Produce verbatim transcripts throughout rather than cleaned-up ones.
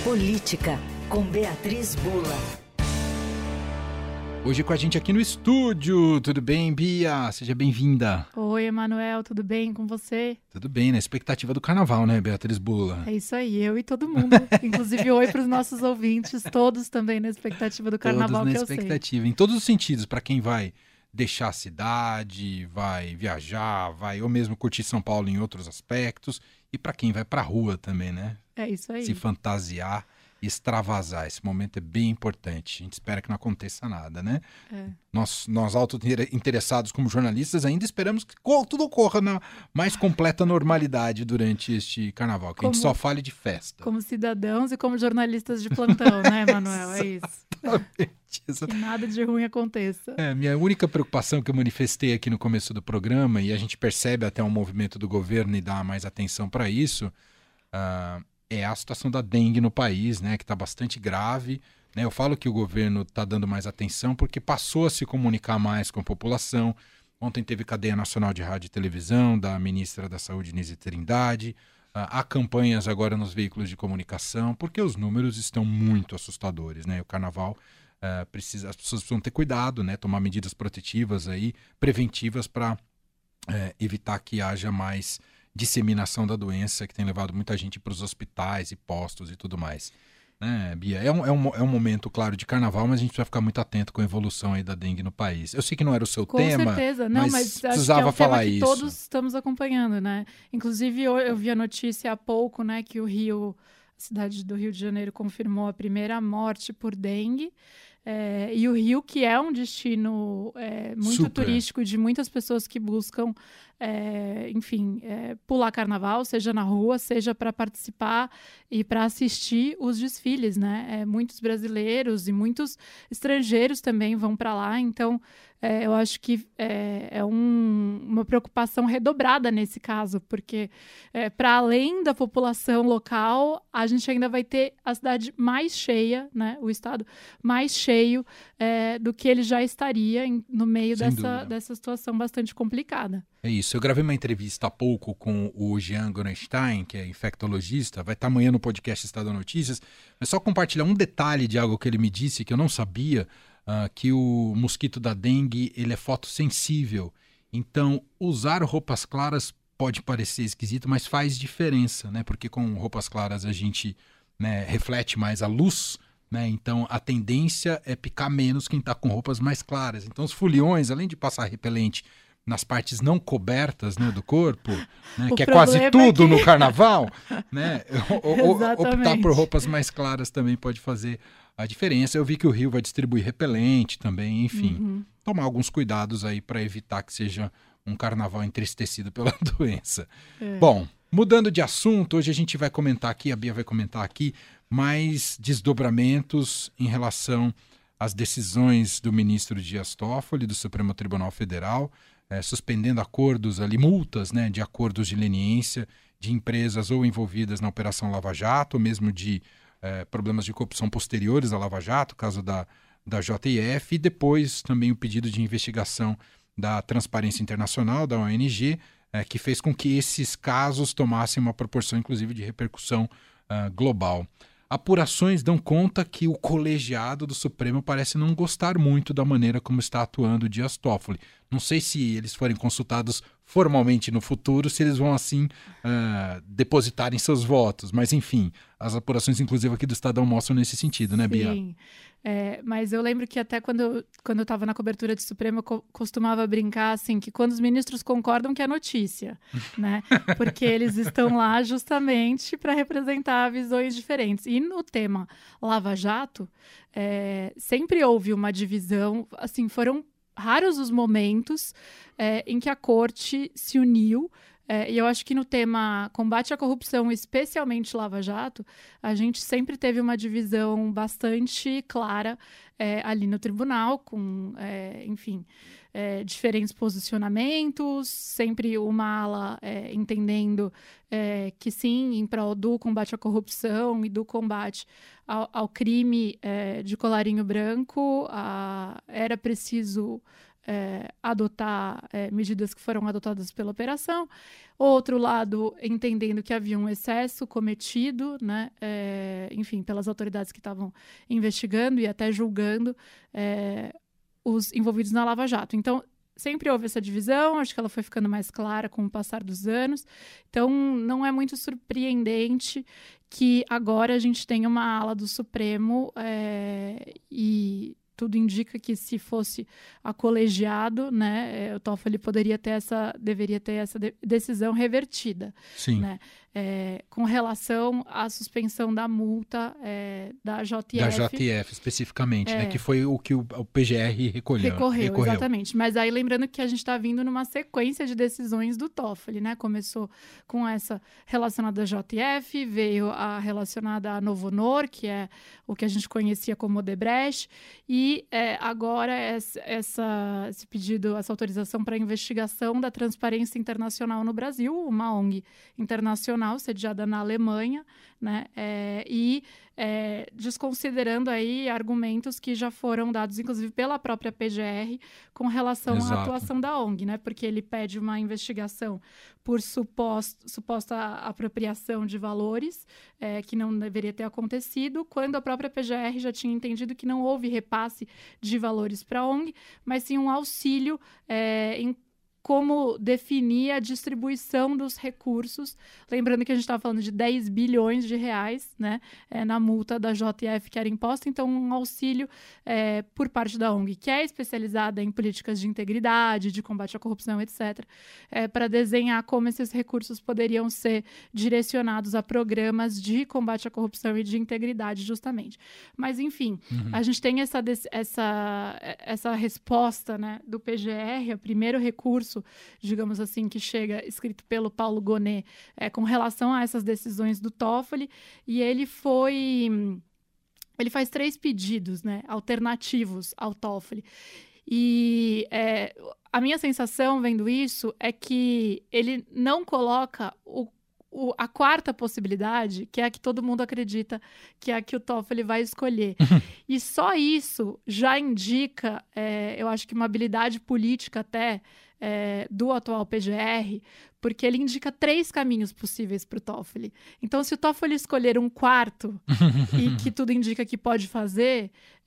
Política, com Beatriz Bula. Hoje com a gente aqui no estúdio. Tudo bem, Bia? Seja bem-vinda. Oi, Emanuel, tudo bem com você? Tudo bem, na expectativa do carnaval, né, Beatriz Bula? É isso aí, eu e todo mundo. Inclusive, oi para os nossos ouvintes, todos também na expectativa do carnaval, todos que na eu sei. expectativa, em todos os sentidos, para quem vai deixar a cidade, vai viajar, vai ou mesmo curtir São Paulo em outros aspectos, e para quem vai para a rua também, né? É isso aí. Se fantasiar e extravasar. Esse momento é bem importante. A gente espera que não aconteça nada, né? É. Nós, nós auto-interessados como jornalistas ainda esperamos que tudo ocorra na mais completa normalidade durante este carnaval, que Como, a gente só fale de festa. Como cidadãos e como jornalistas de plantão, né, Emanuel? É isso. Exatamente. Que nada de ruim aconteça. É, minha única preocupação que eu manifestei aqui no começo do programa, e a gente percebe até um movimento do governo e dá mais atenção para isso, uh, é a situação da dengue no país, né, que está bastante grave. Né? Eu falo que o governo está dando mais atenção porque passou a se comunicar mais com a população. Ontem teve cadeia nacional de rádio e televisão da ministra da Saúde, Nízia Trindade. Uh, há campanhas agora nos veículos de comunicação, porque os números estão muito assustadores. Né? O carnaval, uh, precisa, as pessoas precisam ter cuidado, né? Tomar medidas protetivas, aí, preventivas para uh, evitar que haja mais disseminação da doença, que tem levado muita gente para os hospitais e postos e tudo mais. Né, Bia? É um, é, um, é um momento, claro, de carnaval, mas a gente precisa ficar muito atento com a evolução aí da dengue no país. Eu sei que não era o seu com tema, Com certeza. Não, mas, mas precisava acho que é um falar tema que isso. todos estamos acompanhando, né? Inclusive, eu, eu vi a notícia há pouco, né, que o Rio, a cidade do Rio de Janeiro, confirmou a primeira morte por dengue. É, e o Rio, que é um destino é, muito Super. turístico de muitas pessoas que buscam, é, enfim, é, pular carnaval, seja na rua, seja para participar e para assistir os desfiles, né? É, muitos brasileiros e muitos estrangeiros também vão para lá, então é, eu acho que é, é um, uma preocupação redobrada nesse caso, porque é, para além da população local, a gente ainda vai ter a cidade mais cheia, né? O estado mais cheio cheio é, do que ele já estaria em, no meio dessa, dessa situação bastante complicada. É isso. Eu gravei uma entrevista há pouco com o Jean Gorenstein, que é infectologista, vai estar amanhã no podcast Estado Notícias, mas só compartilhar um detalhe de algo que ele me disse, que eu não sabia, uh, que o mosquito da dengue ele é fotossensível. Então, usar roupas claras pode parecer esquisito, mas faz diferença, né? Porque com roupas claras a gente, né, reflete mais a luz, né? Então, a tendência é picar menos quem está com roupas mais claras. Então, os foliões, além de passar repelente nas partes não cobertas, né, do corpo, né, que é quase tudo é que... no carnaval, né, o, optar por roupas mais claras também pode fazer a diferença. Eu vi que o Rio vai distribuir repelente também, enfim. Uhum. Tomar alguns cuidados aí para evitar que seja um carnaval entristecido pela doença. É. Bom, mudando de assunto, hoje a gente vai comentar aqui, a Bia vai comentar aqui, mais desdobramentos em relação às decisões do ministro Dias Toffoli, do Supremo Tribunal Federal, é, suspendendo acordos ali, multas, né, de acordos de leniência de empresas ou envolvidas na Operação Lava Jato, ou mesmo de é, problemas de corrupção posteriores à Lava Jato, caso da, da J I F, e depois também o pedido de investigação da Transparência Internacional, da O N G, é, que fez com que esses casos tomassem uma proporção, inclusive, de repercussão uh, global. Apurações dão conta que o colegiado do Supremo parece não gostar muito da maneira como está atuando o Dias Toffoli. Não sei se eles forem consultados formalmente no futuro, se eles vão assim uh, depositarem seus votos. Mas enfim, as apurações inclusive aqui do Estadão mostram nesse sentido, né, Bia? Sim, é, mas eu lembro que até quando eu quando eu estava na cobertura de Supremo, eu co- costumava brincar assim, que quando os ministros concordam que é notícia, né? Porque eles estão lá justamente para representar visões diferentes. E no tema Lava Jato, é, sempre houve uma divisão, assim, foram raros os momentos é, em que a corte se uniu. É, e eu acho que no tema combate à corrupção, especialmente Lava Jato, a gente sempre teve uma divisão bastante clara é, ali no tribunal, com, é, enfim, é, diferentes posicionamentos, sempre uma ala é, entendendo é, que sim, em prol do combate à corrupção e do combate ao, ao crime é, de colarinho branco, a, era preciso é, adotar é, medidas que foram adotadas pela operação. Outro lado, entendendo que havia um excesso cometido, né, é, enfim, pelas autoridades que estavam investigando e até julgando é, os envolvidos na Lava Jato. Então, sempre houve essa divisão, acho que ela foi ficando mais clara com o passar dos anos. Então, não é muito surpreendente que agora a gente tenha uma ala do Supremo é, e tudo indica que se fosse a colegiado, né, o Toffoli poderia ter essa, deveria ter essa de- decisão revertida. Sim. Né? É, com relação à suspensão da multa é, da J F. Da J F, especificamente, É. né? Que foi o que o, o P G R recolheu. Recorreu, recorreu, exatamente. Mas aí lembrando que a gente está vindo numa sequência de decisões do Toffoli, né? Começou com essa relacionada à J F, veio a relacionada à Novo Honor, que é o que a gente conhecia como Odebrecht, e é, agora essa, essa, esse pedido, essa autorização para investigação da Transparência Internacional no Brasil, uma O N G internacional sediada na Alemanha, né? É, e é, desconsiderando aí argumentos que já foram dados, inclusive, pela própria P G R com relação Exato. à atuação da O N G, né? Porque ele pede uma investigação por suposto, suposta apropriação de valores é, que não deveria ter acontecido, quando a própria P G R já tinha entendido que não houve repasse de valores para a O N G, mas sim um auxílio é, em como definir a distribuição dos recursos. Lembrando que a gente estava falando de dez bilhões de reais, né, é, na multa da J F que era imposta, então um auxílio é, por parte da O N G, que é especializada em políticas de integridade, de combate à corrupção, etcétera, é, para desenhar como esses recursos poderiam ser direcionados a programas de combate à corrupção e de integridade, justamente. Mas, enfim, Uhum. a gente tem essa, essa, essa resposta, né, do P G R, o primeiro recurso, digamos assim, que chega escrito pelo Paulo Gonet é, com relação a essas decisões do Toffoli, e ele foi... Ele faz três pedidos, né, alternativos ao Toffoli. E é, a minha sensação, vendo isso, é que ele não coloca o O, a quarta possibilidade, que é a que todo mundo acredita que é a que o Toffoli vai escolher. E só isso já indica, é, eu acho que uma habilidade política até é, do atual P G R, porque ele indica três caminhos possíveis para o Toffoli. Então, se o Toffoli escolher um quarto, e que tudo indica que pode fazer,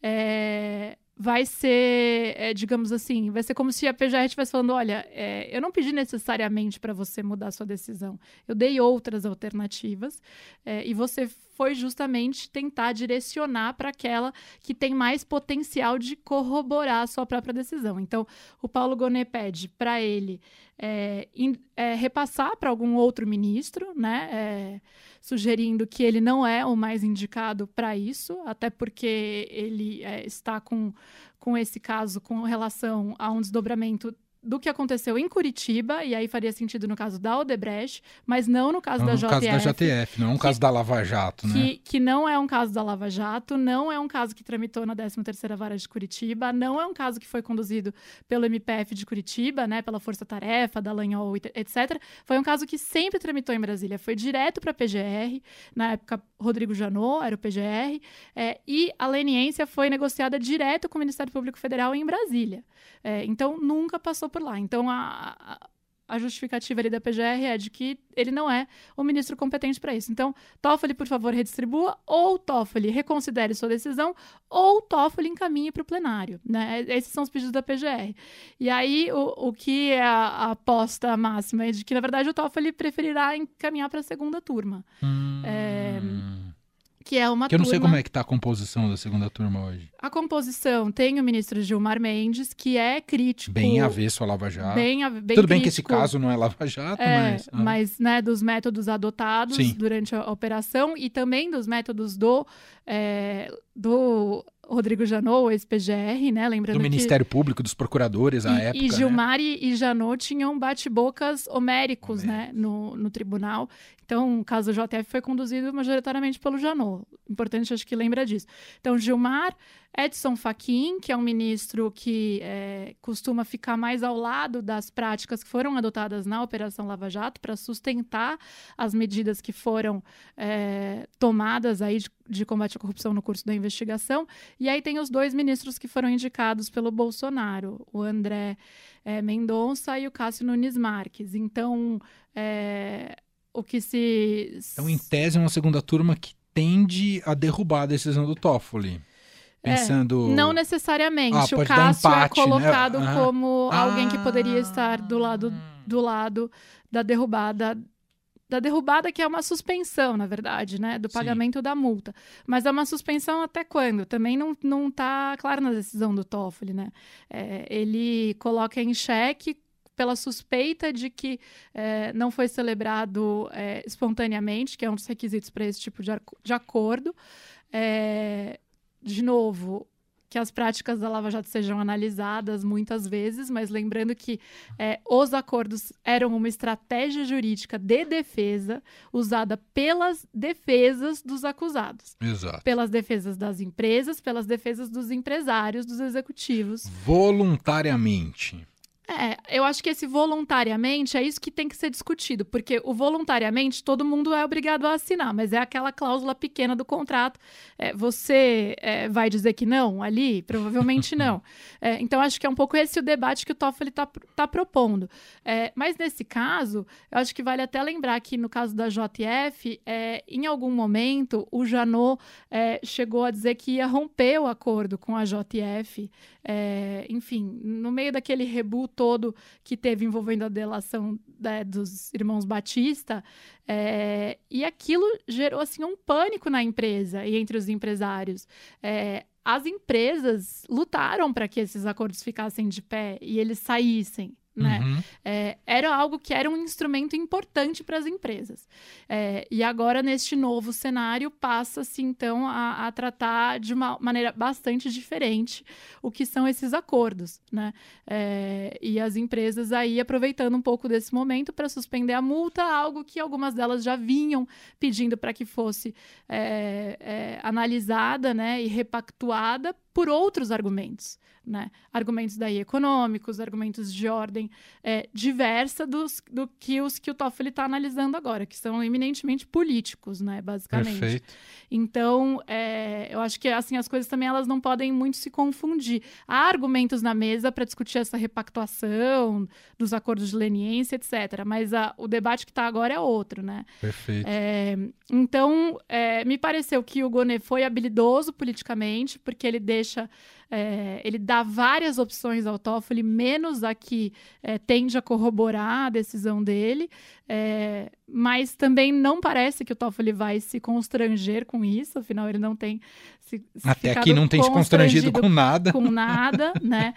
é, vai ser, é, digamos assim, vai ser como se a P G R estivesse falando, olha, é, eu não pedi necessariamente para você mudar a sua decisão, eu dei outras alternativas, é, e você foi justamente tentar direcionar para aquela que tem mais potencial de corroborar a sua própria decisão. Então, o Paulo Gonet pede para ele é, in, é, repassar para algum outro ministro, né, é, sugerindo que ele não é o mais indicado para isso, até porque ele é, está com, com esse caso com relação a um desdobramento do que aconteceu em Curitiba, e aí faria sentido no caso da Odebrecht, mas não no caso não, da no J F. caso da J F, não é um que, caso da Lava Jato, né? Que, que não é um caso da Lava Jato, não é um caso que tramitou na décima terceira Vara de Curitiba, não é um caso que foi conduzido pelo M P F de Curitiba, né, pela Força Tarefa, Dallagnol, etcétera. Foi um caso que sempre tramitou em Brasília, foi direto para a P G R, na época Rodrigo Janot era o P G R, é, e a leniência foi negociada direto com o Ministério Público Federal em Brasília. É, então, nunca passou por lá. Então, a, a, a justificativa ali da P G R é de que ele não é o ministro competente para isso. Então, Toffoli, por favor, redistribua, ou Toffoli reconsidere sua decisão, ou Toffoli encaminhe para o plenário. Né? Esses são os pedidos da P G R. E aí, o, o que é a, a aposta máxima é de que, na verdade, o Toffoli preferirá encaminhar para a segunda turma. Hum... É... Que é uma que eu não turma... sei como é que está a composição da segunda turma hoje. A composição tem o ministro Gilmar Mendes, que é crítico... Bem avesso a Lava Jato. Bem, bem Tudo crítico, bem que esse caso não é Lava Jato, é, mas... Ah. Mas, né, dos métodos adotados Sim. durante a operação e também dos métodos do, é, do Rodrigo Janot, ex-P G R, né? Lembrando do que... Ministério Público, dos procuradores, à e, época. E Gilmar né? e, e Janot tinham bate-bocas homéricos, Homéricos. né, no, no tribunal. Então, o caso do J F foi conduzido majoritariamente pelo Janot. importante, acho que lembra disso. Então, Gilmar, Edson Fachin, que é um ministro que é, costuma ficar mais ao lado das práticas que foram adotadas na Operação Lava Jato para sustentar as medidas que foram é, tomadas aí de, de combate à corrupção no curso da investigação. E aí tem os dois ministros que foram indicados pelo Bolsonaro, o André é, Mendonça e o Cássio Nunes Marques. Então, é, o que se... Então, em tese, é uma segunda turma que tende a derrubar a decisão do Toffoli. Pensando... É, não necessariamente. Ah, o Cássio empate, é colocado né? como ah. alguém que poderia estar do lado, do lado da derrubada, da derrubada que é uma suspensão, na verdade, né? Do pagamento Sim. da multa. Mas é uma suspensão até quando? Também não, não tá claro na decisão do Toffoli, né? É, ele coloca em xeque pela suspeita de que é, não foi celebrado é, espontaneamente, que é um dos requisitos para esse tipo de, de acordo. É, de novo, que as práticas da Lava Jato sejam analisadas muitas vezes, mas lembrando que é, os acordos eram uma estratégia jurídica de defesa usada pelas defesas dos acusados. Exato. Pelas defesas das empresas, pelas defesas dos empresários, dos executivos. Voluntariamente. É, eu acho que esse voluntariamente é isso que tem que ser discutido, porque o voluntariamente todo mundo é obrigado a assinar, mas é aquela cláusula pequena do contrato. É, você é, vai dizer que não ali? Provavelmente não. É, então, acho que é um pouco esse o debate que o Toffoli está tá propondo. É, mas, nesse caso, eu acho que vale até lembrar que, no caso da J F, é, em algum momento, o Janot é, chegou a dizer que ia romper o acordo com a J F. É, enfim, no meio daquele rebu todo que teve envolvendo a delação, né, dos irmãos Batista, é, e aquilo gerou assim, um pânico na empresa e entre os empresários. É, as empresas lutaram para que esses acordos ficassem de pé e eles saíssem. Né? Uhum. É, era algo que era um instrumento importante para as empresas. É, e agora, neste novo cenário, passa-se, então, a, a tratar de uma maneira bastante diferente o que são esses acordos. Né? É, e as empresas aí aproveitando um pouco desse momento para suspender a multa, algo que algumas delas já vinham pedindo para que fosse é, é, analisada, né, e repactuada por outros argumentos, né? Argumentos daí econômicos, argumentos de ordem é, diversa dos, do que os que o Toffoli está analisando agora, que são eminentemente políticos, né? Basicamente. Perfeito. Então, é, eu acho que assim, as coisas também elas não podem muito se confundir. Há argumentos na mesa para discutir essa repactuação dos acordos de leniência, etcétera. Mas a, o debate que está agora é outro, né? Perfeito. É, então, é, me pareceu que o Gonê foi habilidoso politicamente, porque ele deixa É, ele dá várias opções ao Toffoli, menos a que é, tende a corroborar a decisão dele, é, mas também não parece que o Toffoli vai se constranger com isso, afinal ele não tem se, se Até aqui não tem se constrangido com nada. Com nada, né?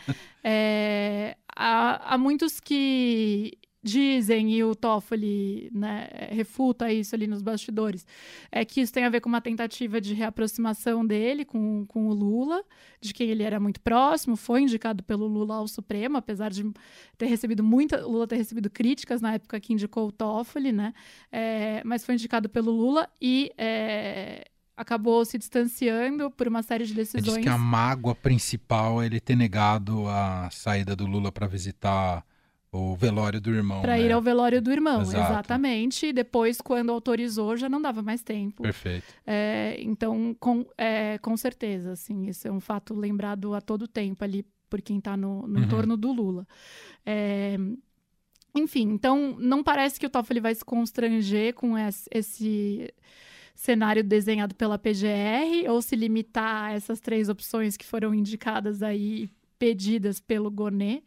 É, há, há muitos que dizem, e o Toffoli, né, refuta isso ali nos bastidores, é que isso tem a ver com uma tentativa de reaproximação dele com, com o Lula, de quem ele era muito próximo, foi indicado pelo Lula ao Supremo, apesar de ter recebido muita, Lula ter recebido críticas na época que indicou o Toffoli, né, é, mas foi indicado pelo Lula e é, acabou se distanciando por uma série de decisões. Ele diz que a mágoa principal é ele ter negado a saída do Lula para visitar o velório do irmão. Para né? ir ao velório do irmão, Exato. Exatamente. E depois, quando autorizou, já não dava mais tempo. Perfeito. É, então, com, é, com certeza, assim, isso é um fato lembrado a todo tempo ali por quem está no, no uhum. entorno do Lula. É, enfim, então, não parece que o Toffoli vai se constranger com esse, esse cenário desenhado pela P G R ou se limitar a essas três opções que foram indicadas aí, pedidas pelo Gonê.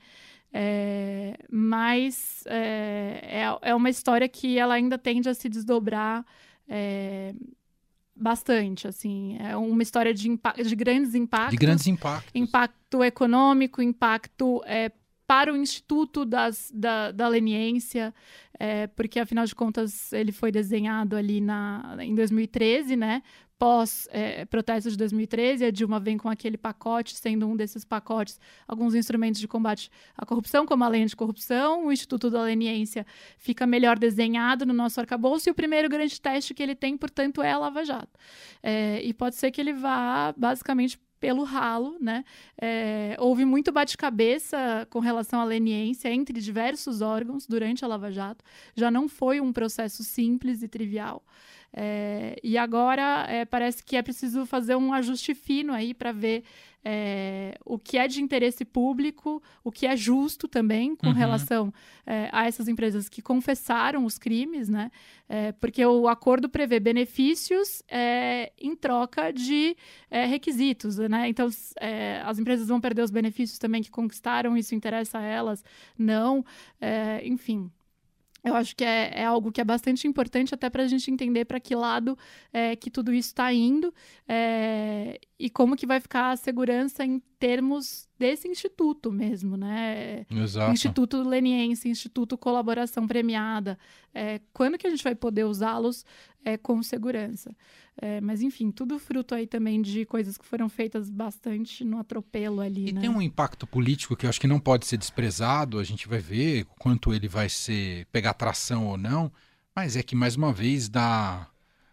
É, mas é, é, é uma história que ela ainda tende a se desdobrar é, bastante, assim, é uma história de, impa- de grandes impactos. De grandes impactos. Impacto econômico, impacto é, para o Instituto das, da, da Leniência, é, porque, afinal de contas, ele foi desenhado ali na, em dois mil e treze, né? Pós-protesto é, de dois mil e treze, a Dilma vem com aquele pacote, sendo um desses pacotes, alguns instrumentos de combate à corrupção, como a lei anticorrupção. O Instituto da Leniência fica melhor desenhado no nosso arcabouço, e o primeiro grande teste que ele tem, portanto, é a Lava Jato. É, e pode ser que ele vá, basicamente, pelo ralo, né? É, houve muito bate-cabeça com relação à leniência entre diversos órgãos durante a Lava Jato. Já não foi um processo simples e trivial. É, e agora é, parece que é preciso fazer um ajuste fino aí para ver é, o que é de interesse público, o que é justo também com uhum. relação é, a essas empresas que confessaram os crimes, né? É, porque o acordo prevê benefícios é, em troca de é, requisitos, né? Então, é, as empresas vão perder os benefícios também que conquistaram, isso interessa a elas? Não. É, enfim... Eu acho que é, é algo que é bastante importante até para a gente entender para que lado é, que tudo isso está indo é, e como que vai ficar a segurança em termos desse instituto mesmo, né? Exato. Instituto Leniense, Instituto Colaboração Premiada. É, quando que a gente vai poder usá-los é, com segurança? É, mas, enfim, tudo fruto aí também de coisas que foram feitas bastante no atropelo ali, e né? Tem um impacto político que eu acho que não pode ser desprezado, a gente vai ver quanto ele vai ser, pegar tração ou não, mas é que, mais uma vez, dá,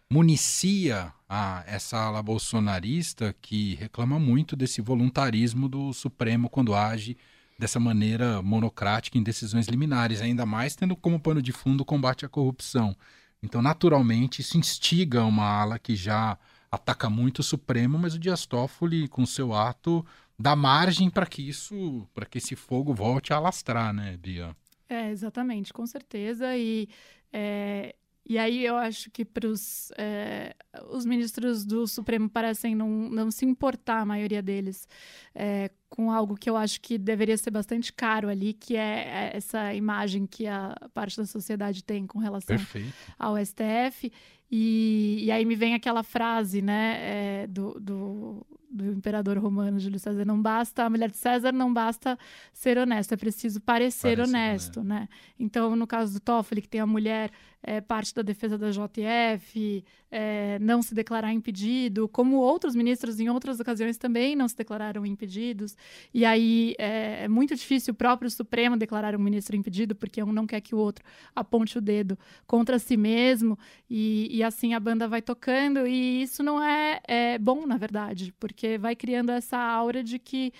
municia a essa ala bolsonarista que reclama muito desse voluntarismo do Supremo quando age dessa maneira monocrática em decisões liminares, ainda mais tendo como pano de fundo o combate à corrupção. Então, naturalmente, isso instiga uma ala que já ataca muito o Supremo, mas o Dias Toffoli, com seu ato, dá margem para que isso, para que esse fogo volte a alastrar, né, Bia? É, exatamente, com certeza. E, é, e aí eu acho que para os é, os ministros do Supremo parecem não, não se importar, a maioria deles, é, com algo que eu acho que deveria ser bastante caro ali, que é essa imagem que a parte da sociedade tem com relação Perfeito. Ao S T F. E, e aí me vem aquela frase, né, é, do, do, do imperador romano, Júlio César: não basta, a mulher de César não basta ser honesta, é preciso parecer, parecer honesto, né? Então, no caso do Toffoli, que tem a mulher é, parte da defesa da J F, é, não se declarar impedido, como outros ministros em outras ocasiões também não se declararam impedidos. E aí é, é muito difícil o próprio Supremo declarar um ministro impedido, porque um não quer que o outro aponte o dedo contra si mesmo, e, e assim a banda vai tocando, e isso não é, é bom, na verdade, porque vai criando essa aura de que...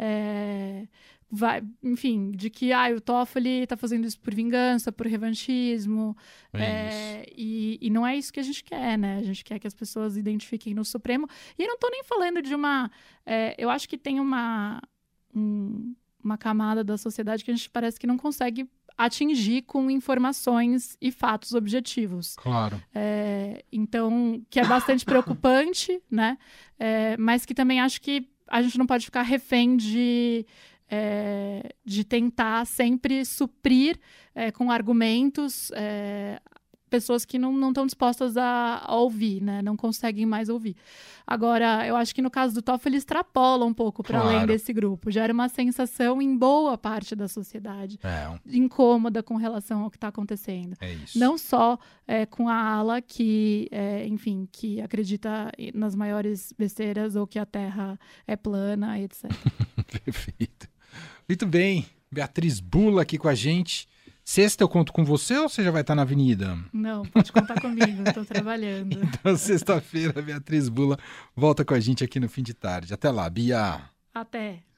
É, vai, enfim, de que ah, o Toffoli está fazendo isso por vingança, por revanchismo, é é, e, e não é isso que a gente quer, né? A gente quer que as pessoas identifiquem no Supremo. E eu não estou nem falando de uma... É, eu acho que tem uma, um, uma camada da sociedade que a gente parece que não consegue atingir com informações e fatos objetivos. Claro. É, então, que é bastante preocupante, né? É, mas que também acho que a gente não pode ficar refém de... É, de tentar sempre suprir é, com argumentos é, pessoas que não estão dispostas a, a ouvir, né? Não conseguem mais ouvir. Agora, eu acho que no caso do Toffoli ele extrapola um pouco para claro. Além desse grupo. Gera uma sensação em boa parte da sociedade é. incômoda com relação ao que está acontecendo. É isso. Não só é, com a ala que, é, enfim, que acredita nas maiores besteiras ou que a Terra é plana, etcétera. Perfeito. Muito bem, Beatriz Bula aqui com a gente. Sexta eu conto com você ou você já vai estar na avenida? Não, pode contar comigo, estou trabalhando. Então, sexta-feira, a Beatriz Bula volta com a gente aqui no Fim de Tarde. Até lá, Bia. Até.